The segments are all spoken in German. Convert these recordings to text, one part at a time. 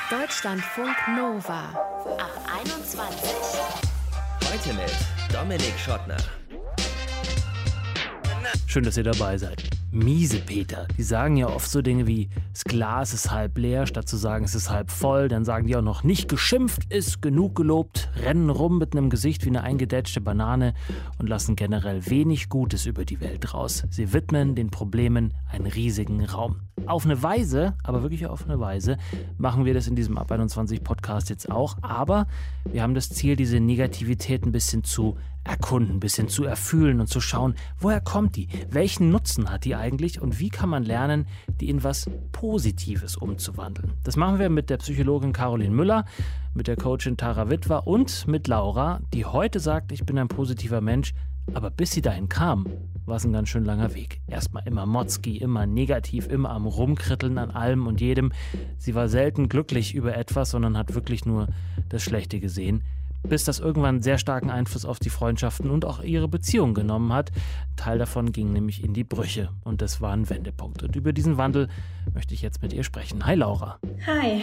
Deutschlandfunk Nova ab 21. Heute mit Dominik Schottner. Schön, dass ihr dabei seid. Miesepeter, die sagen ja oft so Dinge wie, das Glas ist halb leer, statt zu sagen, es ist halb voll. Dann sagen die auch noch, nicht geschimpft ist genug gelobt, rennen rum mit einem Gesicht wie eine eingedätschte Banane und lassen generell wenig Gutes über die Welt raus. Sie widmen den Problemen einen riesigen Raum. Auf eine Weise, aber wirklich auf eine Weise, machen wir das in diesem Ab 21 Podcast jetzt auch. Aber wir haben das Ziel, diese Negativität ein bisschen zu erkunden, ein bisschen zu erfühlen und zu schauen, woher kommt die? Welchen Nutzen hat die eigentlich? Und wie kann man lernen, die in was Positives umzuwandeln? Das machen wir mit der Psychologin Caroline Müller, mit der Coachin Tara Witwer und mit Laura, die heute sagt, ich bin ein positiver Mensch, aber bis sie dahin kam, war es ein ganz schön langer Weg. Erstmal immer Motzki, immer negativ, immer am Rumkritteln an allem und jedem. Sie war selten glücklich über etwas, sondern hat wirklich nur das Schlechte gesehen, bis das irgendwann sehr starken Einfluss auf die Freundschaften und auch ihre Beziehung genommen hat. Ein Teil davon ging nämlich in die Brüche und das war ein Wendepunkt. Und über diesen Wandel möchte ich jetzt mit ihr sprechen. Hi Laura. Hi.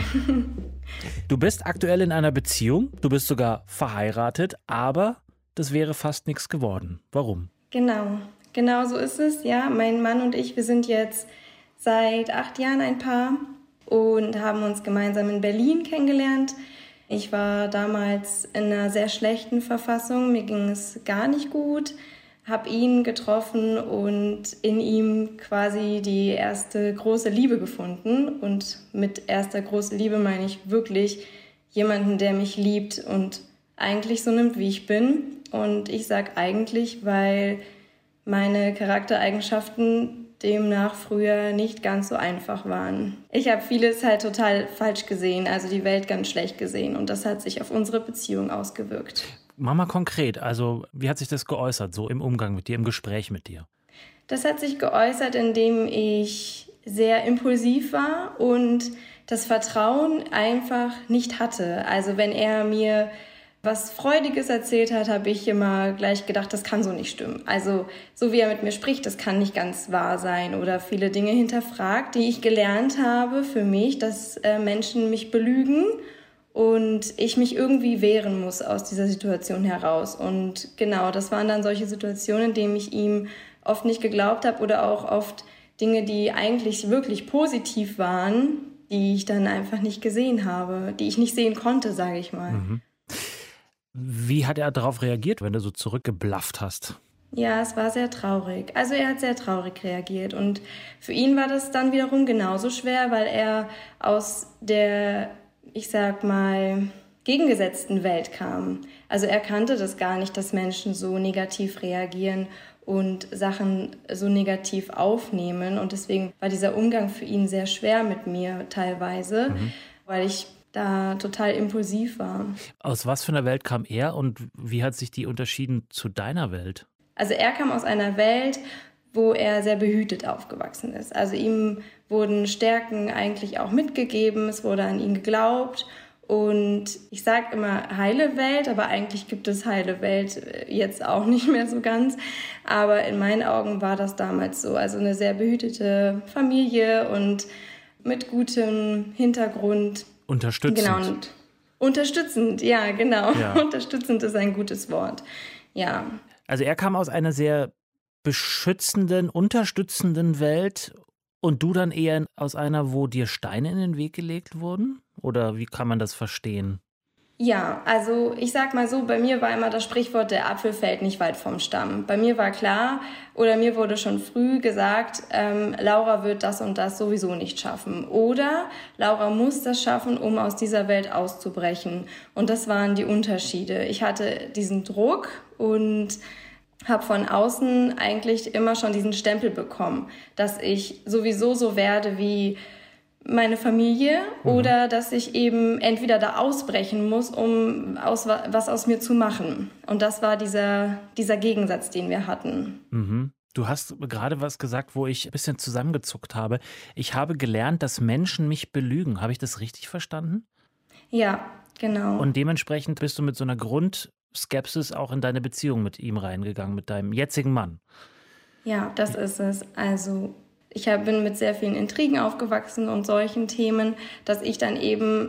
Du bist aktuell in einer Beziehung, du bist sogar verheiratet, aber das wäre fast nichts geworden. Warum? Genau so ist es. Ja, mein Mann und ich, wir sind jetzt seit 8 Jahren ein Paar und haben uns gemeinsam in Berlin kennengelernt. Ich war damals in einer sehr schlechten Verfassung, mir ging es gar nicht gut, habe ihn getroffen und in ihm quasi die erste große Liebe gefunden. Und mit erster große Liebe meine ich wirklich jemanden, der mich liebt und eigentlich so nimmt, wie ich bin. Und ich sage eigentlich, weil meine Charaktereigenschaften demnach früher nicht ganz so einfach waren. Ich habe vieles halt total falsch gesehen, also die Welt ganz schlecht gesehen und das hat sich auf unsere Beziehung ausgewirkt. Mach mal konkret, also wie hat sich das geäußert, so im Umgang mit dir, im Gespräch mit dir? Das hat sich geäußert, indem ich sehr impulsiv war und das Vertrauen einfach nicht hatte. Also wenn er mir was Freudiges erzählt hat, habe ich immer gleich gedacht, das kann so nicht stimmen. Also so wie er mit mir spricht, das kann nicht ganz wahr sein. Oder viele Dinge hinterfragt, die ich gelernt habe für mich, dass Menschen mich belügen und ich mich irgendwie wehren muss aus dieser Situation heraus. Und genau, das waren dann solche Situationen, in denen ich ihm oft nicht geglaubt habe oder auch oft Dinge, die eigentlich wirklich positiv waren, die ich dann einfach nicht gesehen habe, die ich nicht sehen konnte, sage ich mal. Mhm. Wie hat er darauf reagiert, wenn du so zurückgeblafft hast? Ja, es war sehr traurig. Also er hat sehr traurig reagiert und für ihn war das dann wiederum genauso schwer, weil er aus der, ich sag mal, gegengesetzten Welt kam. Also er kannte das gar nicht, dass Menschen so negativ reagieren und Sachen so negativ aufnehmen und deswegen war dieser Umgang für ihn sehr schwer mit mir teilweise, weil ich da total impulsiv war. Aus was für einer Welt kam er und wie hat sich die unterschieden zu deiner Welt? Also er kam aus einer Welt, wo er sehr behütet aufgewachsen ist. Also ihm wurden Stärken eigentlich auch mitgegeben, es wurde an ihn geglaubt und ich sage immer heile Welt, aber eigentlich gibt es heile Welt jetzt auch nicht mehr so ganz. Aber in meinen Augen war das damals so. Also eine sehr behütete Familie und mit gutem Hintergrund. Unterstützend. Genau, und unterstützend, ja, genau. Ja. Unterstützend ist ein gutes Wort, ja. Also er kam aus einer sehr beschützenden, unterstützenden Welt und du dann eher aus einer, wo dir Steine in den Weg gelegt wurden? Oder wie kann man das verstehen? Ja, also ich sag mal so, bei mir war immer das Sprichwort, der Apfel fällt nicht weit vom Stamm. Bei mir war klar, oder mir wurde schon früh gesagt, Laura wird das und das sowieso nicht schaffen. Oder Laura muss das schaffen, um aus dieser Welt auszubrechen. Und das waren die Unterschiede. Ich hatte diesen Druck und habe von außen eigentlich immer schon diesen Stempel bekommen, dass ich sowieso so werde wie meine Familie oder dass ich eben entweder da ausbrechen muss, um was aus mir zu machen. Und das war dieser Gegensatz, den wir hatten. Mhm. Du hast gerade was gesagt, wo ich ein bisschen zusammengezuckt habe. Ich habe gelernt, dass Menschen mich belügen. Habe ich das richtig verstanden? Ja, genau. Und dementsprechend bist du mit so einer Grundskepsis auch in deine Beziehung mit ihm reingegangen, mit deinem jetzigen Mann. Ja, das ist es. Also ich bin mit sehr vielen Intrigen aufgewachsen und solchen Themen, dass ich dann eben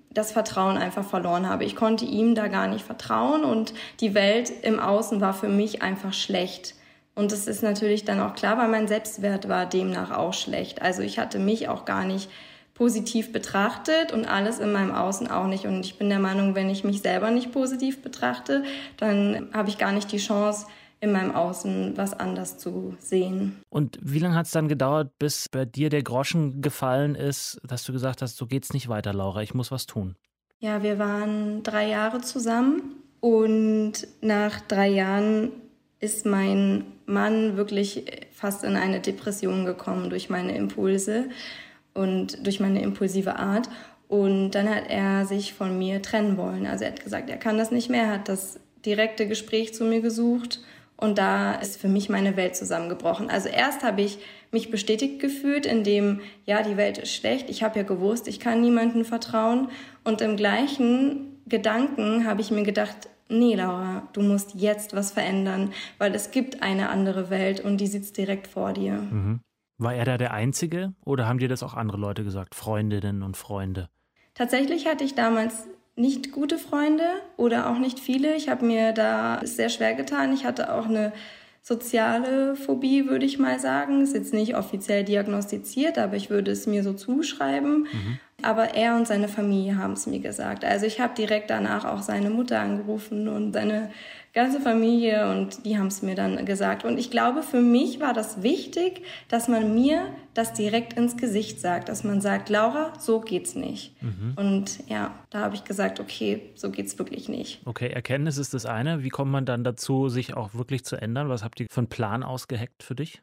das Vertrauen einfach verloren habe. Ich konnte ihm da gar nicht vertrauen und die Welt im Außen war für mich einfach schlecht. Und das ist natürlich dann auch klar, weil mein Selbstwert war demnach auch schlecht. Also ich hatte mich auch gar nicht positiv betrachtet und alles in meinem Außen auch nicht. Und ich bin der Meinung, wenn ich mich selber nicht positiv betrachte, dann habe ich gar nicht die Chance, in meinem Außen was anders zu sehen. Und wie lange hat es dann gedauert, bis bei dir der Groschen gefallen ist, dass du gesagt hast, so geht's nicht weiter, Laura, ich muss was tun? Ja, wir waren 3 Jahre zusammen und nach 3 Jahren ist mein Mann wirklich fast in eine Depression gekommen durch meine Impulse und durch meine impulsive Art. Und dann hat er sich von mir trennen wollen. Also er hat gesagt, er kann das nicht mehr, er hat das direkte Gespräch zu mir gesucht. Und da ist für mich meine Welt zusammengebrochen. Also erst habe ich mich bestätigt gefühlt, indem, ja, die Welt ist schlecht. Ich habe ja gewusst, ich kann niemandem vertrauen. Und im gleichen Gedanken habe ich mir gedacht, nee, Laura, du musst jetzt was verändern, weil es gibt eine andere Welt und die sitzt direkt vor dir. Mhm. War er da der Einzige oder haben dir das auch andere Leute gesagt, Freundinnen und Freunde? Tatsächlich hatte ich damals nicht gute Freunde oder auch nicht viele. Ich habe mir da sehr schwer getan. Ich hatte auch eine soziale Phobie, würde ich mal sagen. Ist jetzt nicht offiziell diagnostiziert, aber ich würde es mir so zuschreiben. Aber er und seine Familie haben es mir gesagt. Also ich habe direkt danach auch seine Mutter angerufen und seine ganze Familie und die haben es mir dann gesagt. Und ich glaube, für mich war das wichtig, dass man mir das direkt ins Gesicht sagt, dass man sagt, Laura, so geht's nicht. Und ja, da habe ich gesagt, okay, so geht's wirklich nicht. Okay, Erkenntnis ist das eine. Wie kommt man dann dazu, sich auch wirklich zu ändern? Was habt ihr für einen Plan ausgeheckt für dich?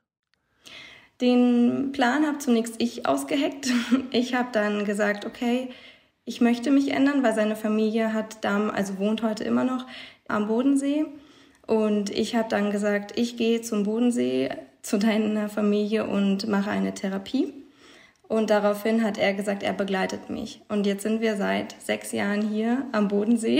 Den Plan habe zunächst ich ausgeheckt. Ich habe dann gesagt, okay, ich möchte mich ändern, weil seine Familie wohnt heute immer noch am Bodensee. Und ich habe dann gesagt, ich gehe zum Bodensee zu deiner Familie und mache eine Therapie. Und daraufhin hat er gesagt, er begleitet mich. Und jetzt sind wir seit 6 Jahren hier am Bodensee.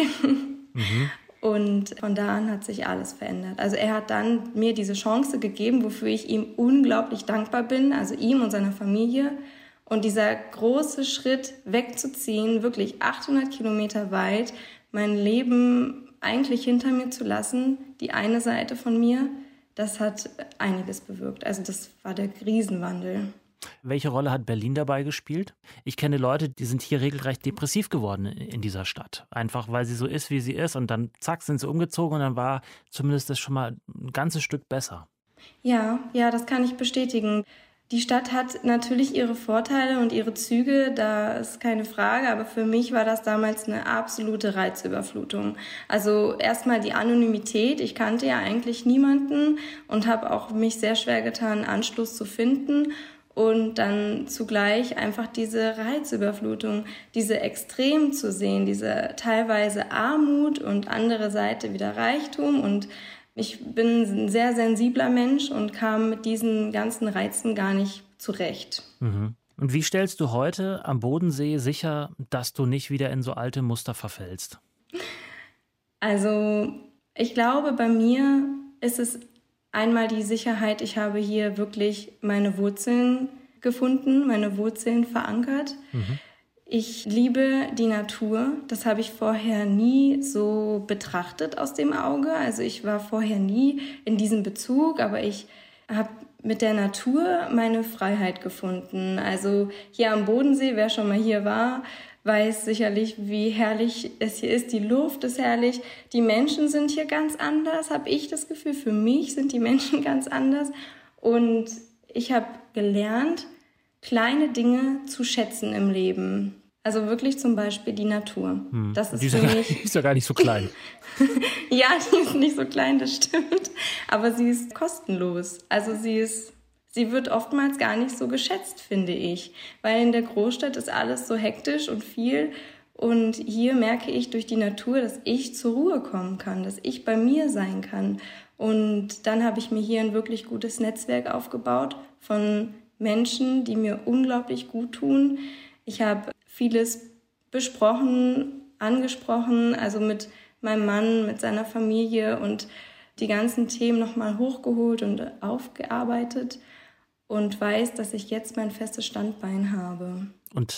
Und von da an hat sich alles verändert. Also er hat dann mir diese Chance gegeben, wofür ich ihm unglaublich dankbar bin, also ihm und seiner Familie. Und dieser große Schritt wegzuziehen, wirklich 800 Kilometer weit, mein Leben eigentlich hinter mir zu lassen, die eine Seite von mir, das hat einiges bewirkt. Also das war der Riesenwandel. Welche Rolle hat Berlin dabei gespielt? Ich kenne Leute, die sind hier regelrecht depressiv geworden in dieser Stadt. Einfach, weil sie so ist, wie sie ist. Und dann, zack, sind sie umgezogen und dann war zumindest das schon mal ein ganzes Stück besser. Ja, das kann ich bestätigen. Die Stadt hat natürlich ihre Vorteile und ihre Züge, da ist keine Frage, aber für mich war das damals eine absolute Reizüberflutung. Also erstmal die Anonymität, ich kannte ja eigentlich niemanden und habe auch mich sehr schwer getan, Anschluss zu finden. Und dann zugleich einfach diese Reizüberflutung, diese Extrem zu sehen, diese teilweise Armut und andere Seite wieder Reichtum. Und ich bin ein sehr sensibler Mensch und kam mit diesen ganzen Reizen gar nicht zurecht. Und wie stellst du heute am Bodensee sicher, dass du nicht wieder in so alte Muster verfällst? Also ich glaube, bei mir ist es einmal die Sicherheit, ich habe hier wirklich meine Wurzeln gefunden, meine Wurzeln verankert. Ich liebe die Natur. Das habe ich vorher nie so betrachtet aus dem Auge. Also ich war vorher nie in diesem Bezug, aber ich habe mit der Natur meine Freiheit gefunden. Also hier am Bodensee, wer schon mal hier war, weiß sicherlich, wie herrlich es hier ist. Die Luft ist herrlich. Die Menschen sind hier ganz anders, habe ich das Gefühl. Für mich sind die Menschen ganz anders. Und ich habe gelernt, kleine Dinge zu schätzen im Leben. Also wirklich zum Beispiel die Natur. Das ist für mich... Die ist ja gar nicht so klein. Ja, die ist nicht so klein, das stimmt. Aber sie ist kostenlos. Also sie wird oftmals gar nicht so geschätzt, finde ich. Weil in der Großstadt ist alles so hektisch und viel. Und hier merke ich durch die Natur, dass ich zur Ruhe kommen kann, dass ich bei mir sein kann. Und dann habe ich mir hier ein wirklich gutes Netzwerk aufgebaut von Menschen, die mir unglaublich gut tun. Ich habe vieles besprochen, angesprochen, also mit meinem Mann, mit seiner Familie und die ganzen Themen nochmal hochgeholt und aufgearbeitet und weiß, dass ich jetzt mein festes Standbein habe. Und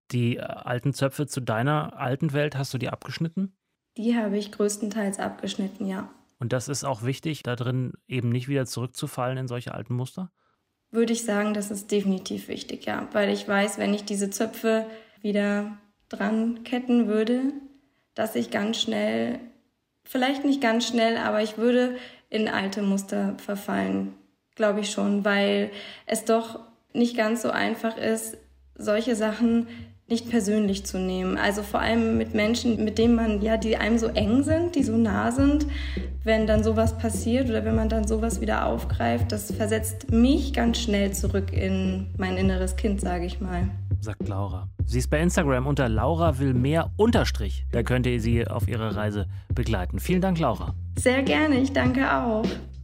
Die alten Zöpfe zu deiner alten Welt, hast du die abgeschnitten? Die habe ich größtenteils abgeschnitten, ja. Und das ist auch wichtig, da drin eben nicht wieder zurückzufallen in solche alten Muster? Würde ich sagen, das ist definitiv wichtig, ja. Weil ich weiß, wenn ich diese Zöpfe wieder dran ketten würde, dass ich ganz schnell, vielleicht nicht ganz schnell, aber ich würde in alte Muster verfallen, glaube ich schon, weil es doch nicht ganz so einfach ist, solche Sachen nicht persönlich zu nehmen. Also vor allem mit Menschen, mit denen man, ja, die einem so eng sind, die so nah sind. Wenn dann sowas passiert oder wenn man dann sowas wieder aufgreift, das versetzt mich ganz schnell zurück in mein inneres Kind, sage ich mal. Sagt Laura. Sie ist bei Instagram unter laura_will_mehr_. Da könnt ihr sie auf ihrer Reise begleiten. Vielen Dank, Laura. Sehr gerne, ich danke auch.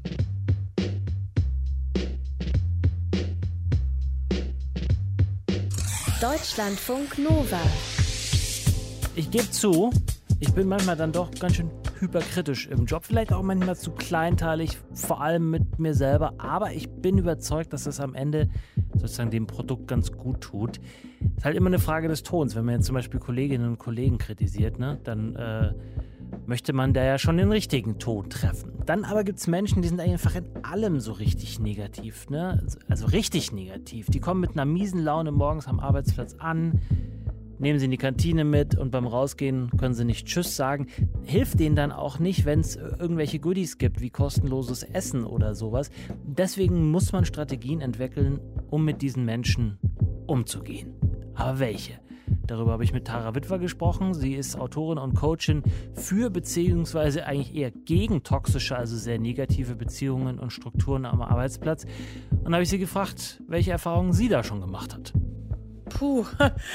Deutschlandfunk Nova. Ich gebe zu, ich bin manchmal dann doch ganz schön hyperkritisch im Job. Vielleicht auch manchmal zu kleinteilig, vor allem mit mir selber. Aber ich bin überzeugt, dass es am Ende sozusagen dem Produkt ganz gut tut. Es ist halt immer eine Frage des Tons. Wenn man jetzt zum Beispiel Kolleginnen und Kollegen kritisiert, ne, dann möchte man da ja schon den richtigen Ton treffen. Dann aber gibt es Menschen, die sind einfach in allem so richtig negativ, ne? Also richtig negativ. Die kommen mit einer miesen Laune morgens am Arbeitsplatz an, nehmen sie in die Kantine mit und beim Rausgehen können sie nicht Tschüss sagen. Hilft denen dann auch nicht, wenn es irgendwelche Goodies gibt, wie kostenloses Essen oder sowas. Deswegen muss man Strategien entwickeln, um mit diesen Menschen umzugehen. Aber welche? Darüber habe ich mit Tara Witwer gesprochen. Sie ist Autorin und Coachin für beziehungsweise eigentlich eher gegen toxische, also sehr negative Beziehungen und Strukturen am Arbeitsplatz. Und da habe ich sie gefragt, welche Erfahrungen sie da schon gemacht hat. Puh,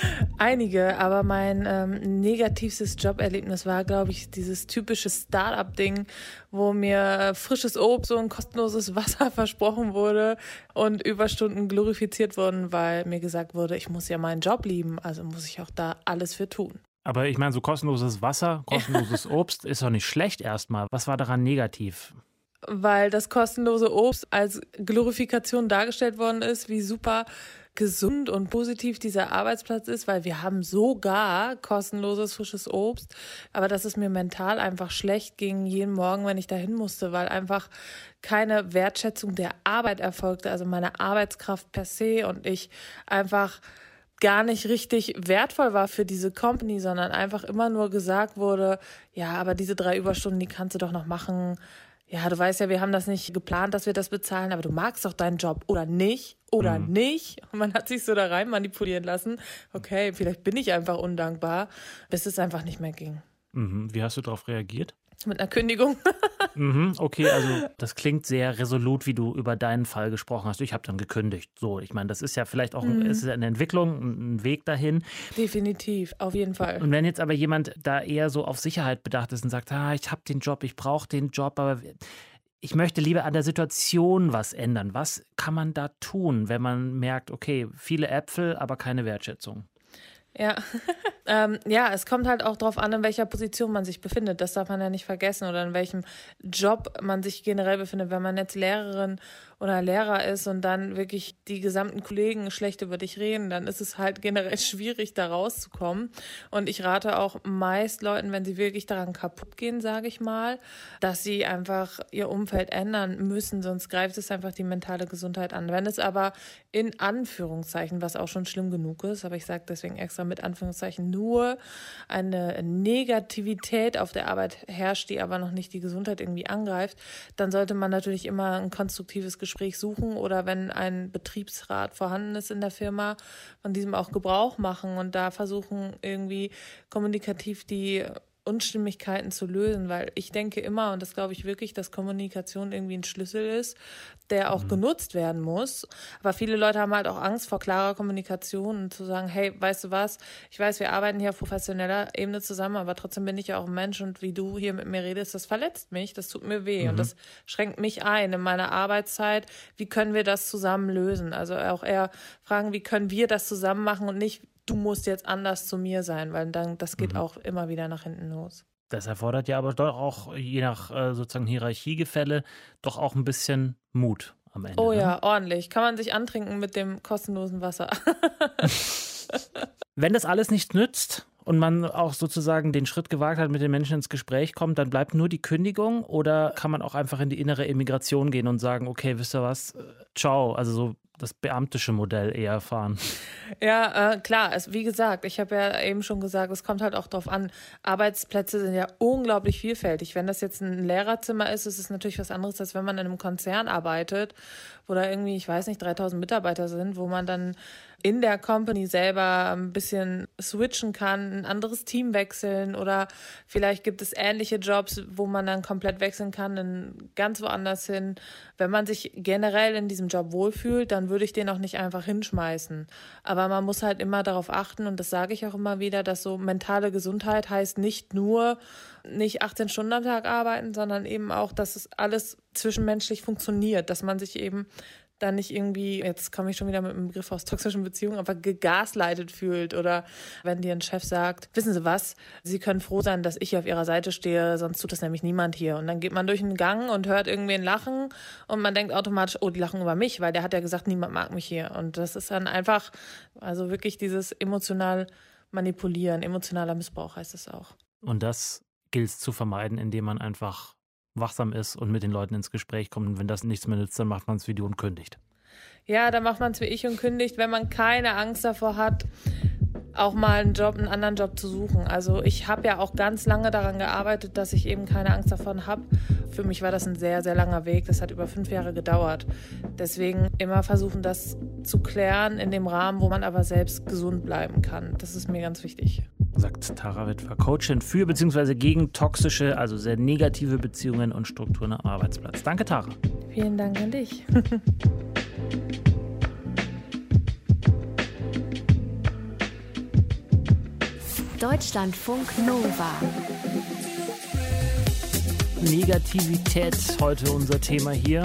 einige, aber mein negativstes Joberlebnis war, glaube ich, dieses typische Start-up-Ding, wo mir frisches Obst und kostenloses Wasser versprochen wurde und Überstunden glorifiziert wurden, weil mir gesagt wurde, ich muss ja meinen Job lieben, also muss ich auch da alles für tun. Aber ich meine, so kostenloses Wasser, kostenloses Obst ist doch nicht schlecht erstmal. Was war daran negativ? Weil das kostenlose Obst als Glorifikation dargestellt worden ist, wie super gesund und positiv dieser Arbeitsplatz ist, weil wir haben sogar kostenloses frisches Obst, aber dass es mir mental einfach schlecht ging jeden Morgen, wenn ich dahin musste, weil einfach keine Wertschätzung der Arbeit erfolgte, also meine Arbeitskraft per se und ich einfach gar nicht richtig wertvoll war für diese Company, sondern einfach immer nur gesagt wurde, ja, aber diese 3 Überstunden, die kannst du doch noch machen. Ja, du weißt ja, wir haben das nicht geplant, dass wir das bezahlen, aber du magst doch deinen Job oder nicht. Nicht. Und man hat sich so da rein manipulieren lassen. Okay, vielleicht bin ich einfach undankbar, bis es einfach nicht mehr ging. Wie hast du darauf reagiert? Mit einer Kündigung. Okay, also das klingt sehr resolut, wie du über deinen Fall gesprochen hast. Ich habe dann gekündigt. So, ich meine, das ist ja vielleicht auch es ist eine Entwicklung, ein Weg dahin. Definitiv, auf jeden Fall. Und wenn jetzt aber jemand da eher so auf Sicherheit bedacht ist und sagt, ich habe den Job, ich brauche den Job, aber ich möchte lieber an der Situation was ändern. Was kann man da tun, wenn man merkt, okay, viele Äpfel, aber keine Wertschätzung? Ja. Ja, es kommt halt auch drauf an, in welcher Position man sich befindet. Das darf man ja nicht vergessen oder in welchem Job man sich generell befindet. Wenn man jetzt Lehrerin oder Lehrer ist und dann wirklich die gesamten Kollegen schlecht über dich reden, dann ist es halt generell schwierig, da rauszukommen. Und ich rate auch meist Leuten, wenn sie wirklich daran kaputt gehen, sage ich mal, dass sie einfach ihr Umfeld ändern müssen, sonst greift es einfach die mentale Gesundheit an. Wenn es aber in Anführungszeichen, was auch schon schlimm genug ist, aber ich sage deswegen extra mit Anführungszeichen, nur eine Negativität auf der Arbeit herrscht, die aber noch nicht die Gesundheit irgendwie angreift, dann sollte man natürlich immer ein konstruktives Gespräch suchen oder wenn ein Betriebsrat vorhanden ist in der Firma, von diesem auch Gebrauch machen und da versuchen irgendwie kommunikativ die Unstimmigkeiten zu lösen, weil ich denke immer, und das glaube ich wirklich, dass Kommunikation irgendwie ein Schlüssel ist, der auch genutzt werden muss. Aber viele Leute haben halt auch Angst vor klarer Kommunikation und zu sagen, hey, weißt du was, ich weiß, wir arbeiten hier auf professioneller Ebene zusammen, aber trotzdem bin ich ja auch ein Mensch und wie du hier mit mir redest, das verletzt mich, das tut mir weh und das schränkt mich ein in meiner Arbeitszeit. Wie können wir das zusammen lösen? Also auch eher fragen, wie können wir das zusammen machen und nicht, du musst jetzt anders zu mir sein, weil dann das geht auch immer wieder nach hinten los. Das erfordert ja aber doch auch, je nach sozusagen Hierarchiegefälle, doch auch ein bisschen Mut am Ende. Oh ja, ordentlich. Kann man sich antrinken mit dem kostenlosen Wasser. Wenn das alles nichts nützt und man auch sozusagen den Schritt gewagt hat, mit den Menschen ins Gespräch kommt, dann bleibt nur die Kündigung oder kann man auch einfach in die innere Emigration gehen und sagen, okay, wisst ihr was, ciao, also so das beamtische Modell eher fahren? Ja, klar. Wie gesagt, ich habe ja eben schon gesagt, es kommt halt auch drauf an. Arbeitsplätze sind ja unglaublich vielfältig. Wenn das jetzt ein Lehrerzimmer ist es natürlich was anderes, als wenn man in einem Konzern arbeitet, wo da irgendwie, ich weiß nicht, 3000 Mitarbeiter sind, wo man dann in der Company selber ein bisschen switchen kann, ein anderes Team wechseln oder vielleicht gibt es ähnliche Jobs, wo man dann komplett wechseln kann, dann ganz woanders hin. Wenn man sich generell in diesem Job wohlfühlt, dann würde ich den auch nicht einfach hinschmeißen. Aber man muss halt immer darauf achten, und das sage ich auch immer wieder, dass so mentale Gesundheit heißt nicht 18 Stunden am Tag arbeiten, sondern eben auch, dass es alles zwischenmenschlich funktioniert, dass man sich eben dann nicht irgendwie, jetzt komme ich schon wieder mit einem Begriff aus toxischen Beziehungen, aber gegaslightet fühlt oder wenn dir ein Chef sagt, wissen Sie was, Sie können froh sein, dass ich auf Ihrer Seite stehe, sonst tut das nämlich niemand hier. Und dann geht man durch einen Gang und hört irgendwen lachen und man denkt automatisch, oh, die lachen über mich, weil der hat ja gesagt, niemand mag mich hier. Und das ist dann einfach, also wirklich dieses emotional manipulieren, emotionaler Missbrauch heißt es auch. Und das gilt es zu vermeiden, indem man einfach wachsam ist und mit den Leuten ins Gespräch kommt. Und wenn das nichts mehr nützt, dann macht man es wie du und kündigt. Ja, dann macht man es wie ich und kündigt, wenn man keine Angst davor hat, auch mal einen anderen Job zu suchen. Also ich habe ja auch ganz lange daran gearbeitet, dass ich eben keine Angst davon habe. Für mich war das ein sehr, sehr langer Weg. Das hat über 5 Jahre gedauert. Deswegen immer versuchen, das zu klären in dem Rahmen, wo man aber selbst gesund bleiben kann. Das ist mir ganz wichtig. Sagt Tara Witwer, Coachin für bzw. gegen toxische, also sehr negative Beziehungen und Strukturen am Arbeitsplatz. Danke, Tara. Vielen Dank an dich. Deutschlandfunk Nova. Negativität, heute unser Thema hier.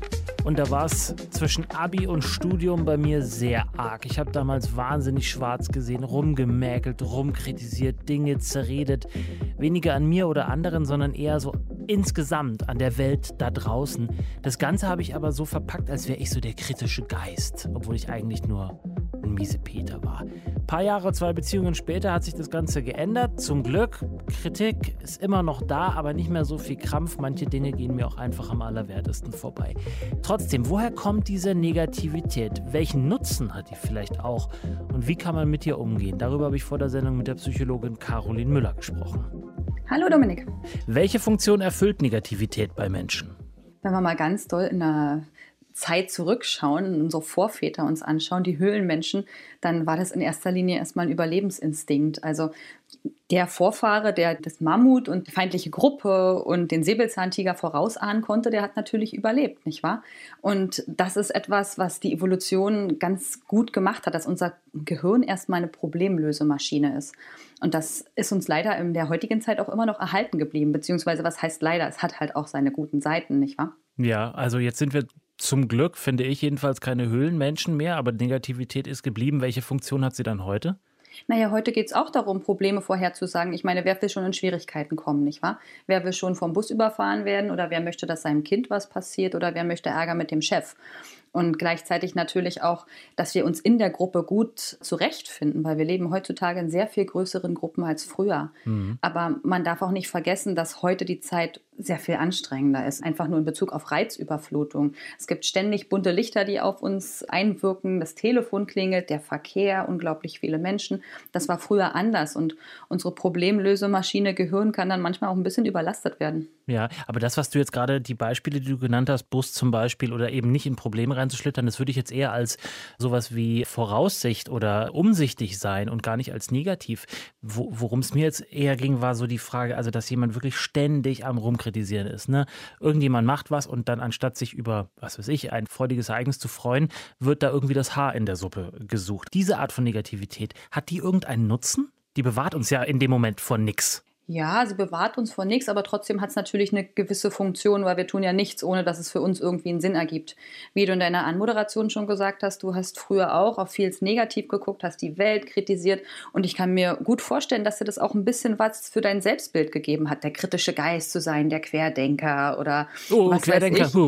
Und da war es zwischen Abi und Studium bei mir sehr arg. Ich habe damals wahnsinnig schwarz gesehen, rumgemäkelt, rumkritisiert, Dinge zerredet. Weniger an mir oder anderen, sondern eher so insgesamt an der Welt da draußen. Das Ganze habe ich aber so verpackt, als wäre ich so der kritische Geist, obwohl ich eigentlich nur ein Miesepeter war. Ein paar Jahre, 2 Beziehungen später hat sich das Ganze geändert. Zum Glück. Kritik ist immer noch da, aber nicht mehr so viel Krampf. Manche Dinge gehen mir auch einfach am allerwertesten vorbei. Trotzdem, woher kommt diese Negativität? Welchen Nutzen hat die vielleicht auch? Und wie kann man mit ihr umgehen? Darüber habe ich vor der Sendung mit der Psychologin Caroline Müller gesprochen. Hallo Dominik. Welche Funktion erfüllt Negativität bei Menschen? Wenn wir mal ganz doll in der Zeit zurückschauen und unsere Vorväter uns anschauen, die Höhlenmenschen, dann war das in erster Linie erstmal ein Überlebensinstinkt. Also der Vorfahre, der das Mammut und die feindliche Gruppe und den Säbelzahntiger vorausahnen konnte, der hat natürlich überlebt, nicht wahr? Und das ist etwas, was die Evolution ganz gut gemacht hat, dass unser Gehirn erstmal eine Problemlösemaschine ist. Und das ist uns leider in der heutigen Zeit auch immer noch erhalten geblieben, beziehungsweise was heißt leider, es hat halt auch seine guten Seiten, nicht wahr? Ja, also jetzt sind wir zum Glück, finde ich jedenfalls, keine Höhlenmenschen mehr, aber Negativität ist geblieben. Welche Funktion hat sie dann heute? Naja, heute geht es auch darum, Probleme vorherzusagen. Ich meine, wer will schon in Schwierigkeiten kommen, nicht wahr? Wer will schon vom Bus überfahren werden oder wer möchte, dass seinem Kind was passiert oder wer möchte Ärger mit dem Chef? Und gleichzeitig natürlich auch, dass wir uns in der Gruppe gut zurechtfinden, weil wir leben heutzutage in sehr viel größeren Gruppen als früher. Aber man darf auch nicht vergessen, dass heute die Zeit sehr viel anstrengender ist, einfach nur in Bezug auf Reizüberflutung. Es gibt ständig bunte Lichter, die auf uns einwirken, das Telefon klingelt, der Verkehr, unglaublich viele Menschen. Das war früher anders und unsere Problemlösemaschine Gehirn kann dann manchmal auch ein bisschen überlastet werden. Ja, aber das, was du jetzt gerade, die Beispiele, die du genannt hast, Bus zum Beispiel oder eben nicht in Probleme reinzuschlittern, das würde ich jetzt eher als sowas wie Voraussicht oder umsichtig sein und gar nicht als negativ. Worum es mir jetzt eher ging, war so die Frage, also dass jemand wirklich ständig am Rumkritisieren ist. Ne? Irgendjemand macht was und dann anstatt sich über, was weiß ich, ein freudiges Ereignis zu freuen, wird da irgendwie das Haar in der Suppe gesucht. Diese Art von Negativität, hat die irgendeinen Nutzen? Die bewahrt uns ja in dem Moment vor nix. Ja, sie bewahrt uns vor nichts, aber trotzdem hat es natürlich eine gewisse Funktion, weil wir tun ja nichts, ohne dass es für uns irgendwie einen Sinn ergibt. Wie du in deiner Anmoderation schon gesagt hast, du hast früher auch auf vieles negativ geguckt, hast die Welt kritisiert und ich kann mir gut vorstellen, dass dir das auch ein bisschen was für dein Selbstbild gegeben hat, der kritische Geist zu sein, der Querdenker oder was Querdenker, weiß ich.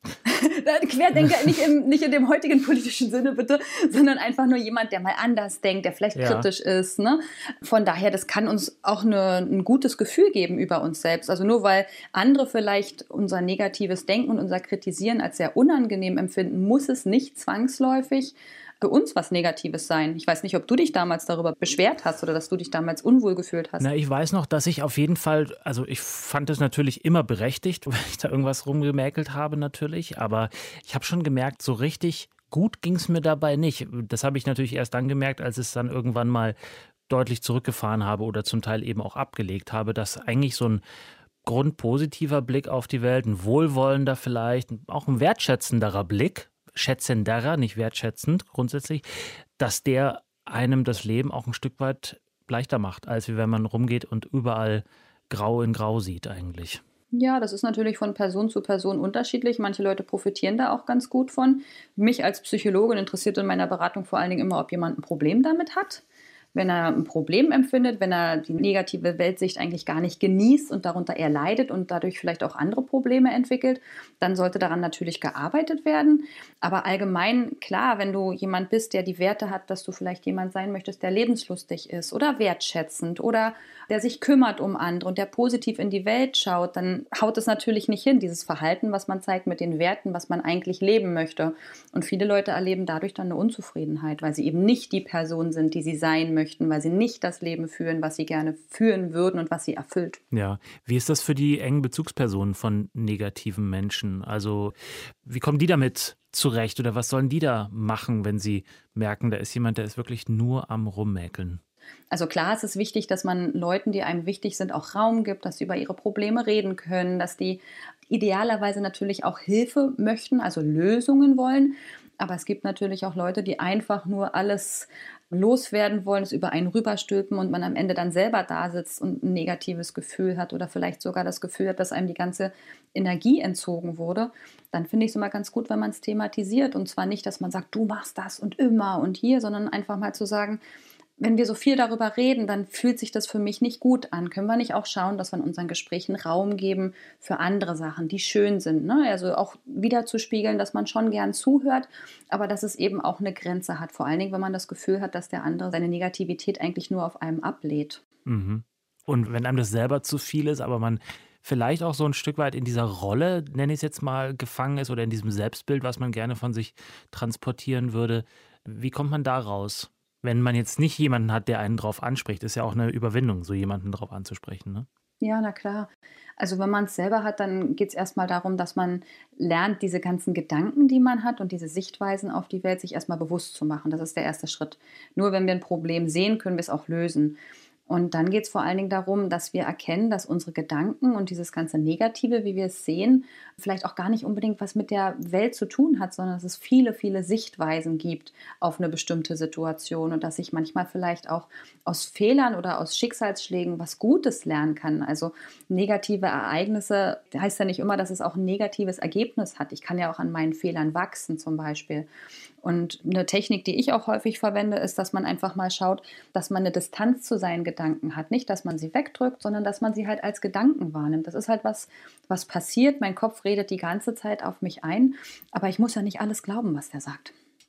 Querdenker nicht in dem heutigen politischen Sinne, bitte, sondern einfach nur jemand, der mal anders denkt, der vielleicht kritisch ist. Ne? Von daher, das kann uns auch ein gutes Gefühl geben über uns selbst. Also nur weil andere vielleicht unser negatives Denken und unser Kritisieren als sehr unangenehm empfinden, muss es nicht zwangsläufig für uns was Negatives sein. Ich weiß nicht, ob du dich damals darüber beschwert hast oder dass du dich damals unwohl gefühlt hast. Na, ich weiß noch, dass ich auf jeden Fall, also ich fand es natürlich immer berechtigt, wenn ich da irgendwas rumgemäkelt habe natürlich, aber ich habe schon gemerkt, so richtig gut ging es mir dabei nicht. Das habe ich natürlich erst dann gemerkt, als es dann irgendwann mal deutlich zurückgefahren habe oder zum Teil eben auch abgelegt habe, dass eigentlich so ein grundpositiver Blick auf die Welt, ein wohlwollender vielleicht, auch ein wertschätzenderer Blick, schätzenderer, nicht wertschätzend grundsätzlich, dass der einem das Leben auch ein Stück weit leichter macht, als wenn man rumgeht und überall grau in grau sieht eigentlich. Ja, das ist natürlich von Person zu Person unterschiedlich. Manche Leute profitieren da auch ganz gut von. Mich als Psychologin interessiert in meiner Beratung vor allen Dingen immer, ob jemand ein Problem damit hat. Wenn er ein Problem empfindet, wenn er die negative Weltsicht eigentlich gar nicht genießt und darunter eher leidet und dadurch vielleicht auch andere Probleme entwickelt, dann sollte daran natürlich gearbeitet werden. Aber allgemein, klar, wenn du jemand bist, der die Werte hat, dass du vielleicht jemand sein möchtest, der lebenslustig ist oder wertschätzend oder der sich kümmert um andere und der positiv in die Welt schaut, dann haut es natürlich nicht hin, dieses Verhalten, was man zeigt mit den Werten, was man eigentlich leben möchte. Und viele Leute erleben dadurch dann eine Unzufriedenheit, weil sie eben nicht die Person sind, die sie sein möchten, weil sie nicht das Leben führen, was sie gerne führen würden und was sie erfüllt. Ja, wie ist das für die engen Bezugspersonen von negativen Menschen? Also wie kommen die damit zurecht oder was sollen die da machen, wenn sie merken, da ist jemand, der ist wirklich nur am Rummäkeln? Also klar, es ist wichtig, dass man Leuten, die einem wichtig sind, auch Raum gibt, dass sie über ihre Probleme reden können, dass die idealerweise natürlich auch Hilfe möchten, also Lösungen wollen. Aber es gibt natürlich auch Leute, die einfach nur alles loswerden wollen, es über einen rüberstülpen und man am Ende dann selber da sitzt und ein negatives Gefühl hat oder vielleicht sogar das Gefühl hat, dass einem die ganze Energie entzogen wurde. Dann finde ich es immer ganz gut, wenn man es thematisiert. Und zwar nicht, dass man sagt, du machst das und immer und hier, sondern einfach mal zu sagen, wenn wir so viel darüber reden, dann fühlt sich das für mich nicht gut an. Können wir nicht auch schauen, dass wir in unseren Gesprächen Raum geben für andere Sachen, die schön sind, ne? Also auch wieder zu spiegeln, dass man schon gern zuhört, aber dass es eben auch eine Grenze hat. Vor allen Dingen, wenn man das Gefühl hat, dass der andere seine Negativität eigentlich nur auf einem ablädt. Mhm. Und wenn einem das selber zu viel ist, aber man vielleicht auch so ein Stück weit in dieser Rolle, nenne ich es jetzt mal, gefangen ist oder in diesem Selbstbild, was man gerne von sich transportieren würde, wie kommt man da raus? Wenn man jetzt nicht jemanden hat, der einen drauf anspricht, ist ja auch eine Überwindung, so jemanden drauf anzusprechen, ne? Ja, na klar. Also wenn man es selber hat, dann geht es erstmal darum, dass man lernt, diese ganzen Gedanken, die man hat und diese Sichtweisen auf die Welt sich erstmal bewusst zu machen. Das ist der erste Schritt. Nur wenn wir ein Problem sehen, können wir es auch lösen. Und dann geht es vor allen Dingen darum, dass wir erkennen, dass unsere Gedanken und dieses ganze Negative, wie wir es sehen, vielleicht auch gar nicht unbedingt was mit der Welt zu tun hat, sondern dass es viele, viele Sichtweisen gibt auf eine bestimmte Situation und dass ich manchmal vielleicht auch aus Fehlern oder aus Schicksalsschlägen was Gutes lernen kann. Also negative Ereignisse heißt ja nicht immer, dass es auch ein negatives Ergebnis hat. Ich kann ja auch an meinen Fehlern wachsen zum Beispiel. Und eine Technik, die ich auch häufig verwende, ist, dass man einfach mal schaut, dass man eine Distanz zu seinen Gedanken hat. Nicht, dass man sie wegdrückt, sondern dass man sie halt als Gedanken wahrnimmt. Das ist halt was passiert. Mein Kopf redet die ganze Zeit auf mich ein, aber ich muss ja nicht alles glauben, was der sagt.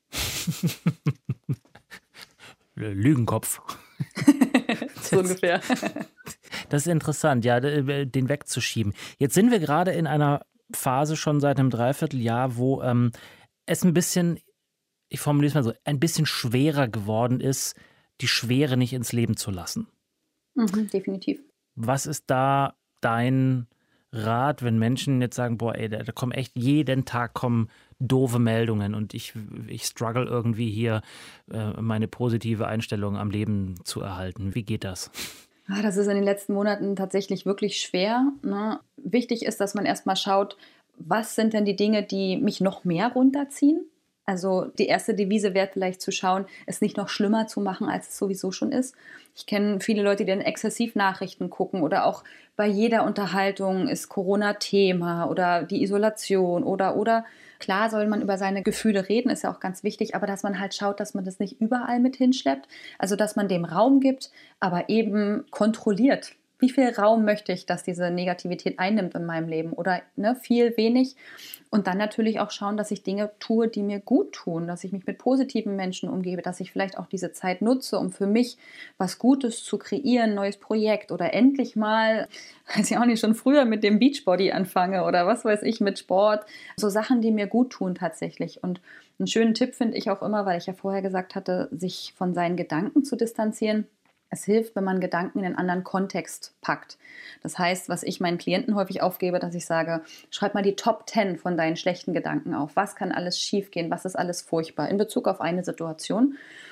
Lügenkopf. So ungefähr. Das ist interessant, ja, den wegzuschieben. Jetzt sind wir gerade in einer Phase schon seit einem Dreivierteljahr, wo es ein bisschen, ich formuliere es mal so, ein bisschen schwerer geworden ist, die Schwere nicht ins Leben zu lassen. Definitiv. Was ist da dein Rat, wenn Menschen jetzt sagen, boah, ey, da kommen echt jeden Tag kommen doofe Meldungen und ich struggle irgendwie hier, meine positive Einstellung am Leben zu erhalten. Wie geht das? Das ist in den letzten Monaten tatsächlich wirklich schwer, ne? Wichtig ist, dass man erstmal schaut, was sind denn die Dinge, die mich noch mehr runterziehen? Also die erste Devise wäre vielleicht zu schauen, es nicht noch schlimmer zu machen, als es sowieso schon ist. Ich kenne viele Leute, die dann exzessiv Nachrichten gucken oder auch bei jeder Unterhaltung ist Corona Thema oder die Isolation oder. Klar soll man über seine Gefühle reden, ist ja auch ganz wichtig, aber dass man halt schaut, dass man das nicht überall mit hinschleppt. Also dass man dem Raum gibt, aber eben kontrolliert. wie viel Raum möchte ich, dass diese Negativität einnimmt in meinem Leben oder viel, wenig. Und dann natürlich auch schauen, dass ich Dinge tue, die mir gut tun, dass ich mich mit positiven Menschen umgebe, dass ich vielleicht auch diese Zeit nutze, um für mich was Gutes zu kreieren, ein neues Projekt oder endlich mal, weiß ich auch nicht, schon früher mit dem Beachbody anfange oder was weiß ich, mit Sport. So Sachen, die mir gut tun tatsächlich. Und einen schönen Tipp finde ich auch immer, weil ich ja vorher gesagt hatte, sich von seinen Gedanken zu distanzieren. Es hilft, wenn man Gedanken in einen anderen Kontext packt. Das heißt, was ich meinen Klienten häufig aufgebe, dass ich sage, schreib mal die Top 10 von deinen schlechten Gedanken auf. Was kann alles schiefgehen? Was ist alles furchtbar in Bezug auf eine Situation?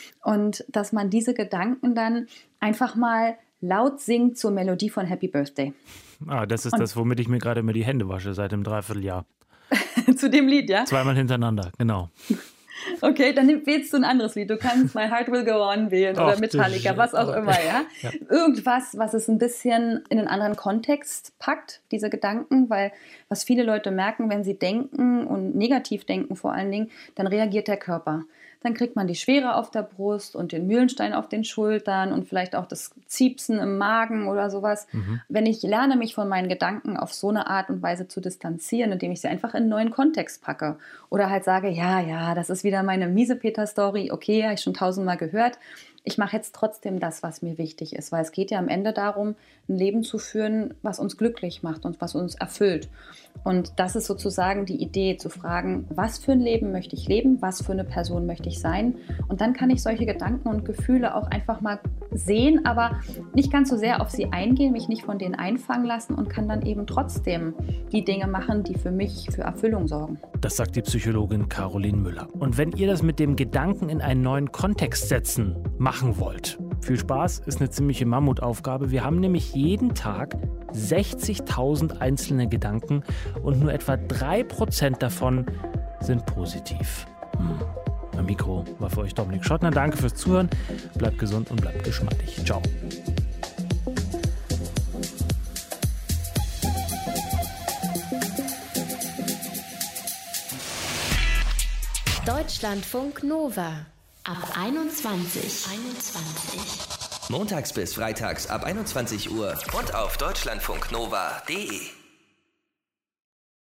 Und dass man diese Gedanken dann einfach mal laut singt zur Melodie von Happy Birthday. Das ist das, womit ich mir gerade immer die Hände wasche seit einem Dreivierteljahr. Zu dem Lied, ja? Zweimal hintereinander, genau. Okay, dann wählst du ein anderes Lied. Du kannst My Heart Will Go On wählen oder Metallica, was auch immer, ja? Irgendwas, was es ein bisschen in einen anderen Kontext packt, diese Gedanken, weil was viele Leute merken, wenn sie denken und negativ denken vor allen Dingen, dann reagiert der Körper. Dann kriegt man die Schwere auf der Brust und den Mühlenstein auf den Schultern und vielleicht auch das Ziepsen im Magen oder sowas. Wenn ich lerne, mich von meinen Gedanken auf so eine Art und Weise zu distanzieren, indem ich sie einfach in einen neuen Kontext packe oder halt sage, ja, das ist wieder meine Miesepeter-Story, okay, habe ich schon 1000-mal gehört. Ich mache jetzt trotzdem das, was mir wichtig ist, weil es geht ja am Ende darum, ein Leben zu führen, was uns glücklich macht und was uns erfüllt. Und das ist sozusagen die Idee, zu fragen, was für ein Leben möchte ich leben, was für eine Person möchte ich sein. Und dann kann ich solche Gedanken und Gefühle auch einfach mal sehen, aber nicht ganz so sehr auf sie eingehen, mich nicht von denen einfangen lassen und kann dann eben trotzdem die Dinge machen, die für mich für Erfüllung sorgen. Das sagt die Psychologin Caroline Müller. Und wenn ihr das mit dem Gedanken in einen neuen Kontext setzen machen wollt, viel Spaß, ist eine ziemliche Mammutaufgabe. Wir haben nämlich jeden Tag 60.000 einzelne Gedanken und nur etwa 3% davon sind positiv. Am Mikro war für euch Dominik Schottner. Danke fürs Zuhören. Bleibt gesund und bleibt geschmeidig. Ciao. Deutschlandfunk Nova. Ab 21. Montags bis freitags ab 21 Uhr und auf deutschlandfunknova.de.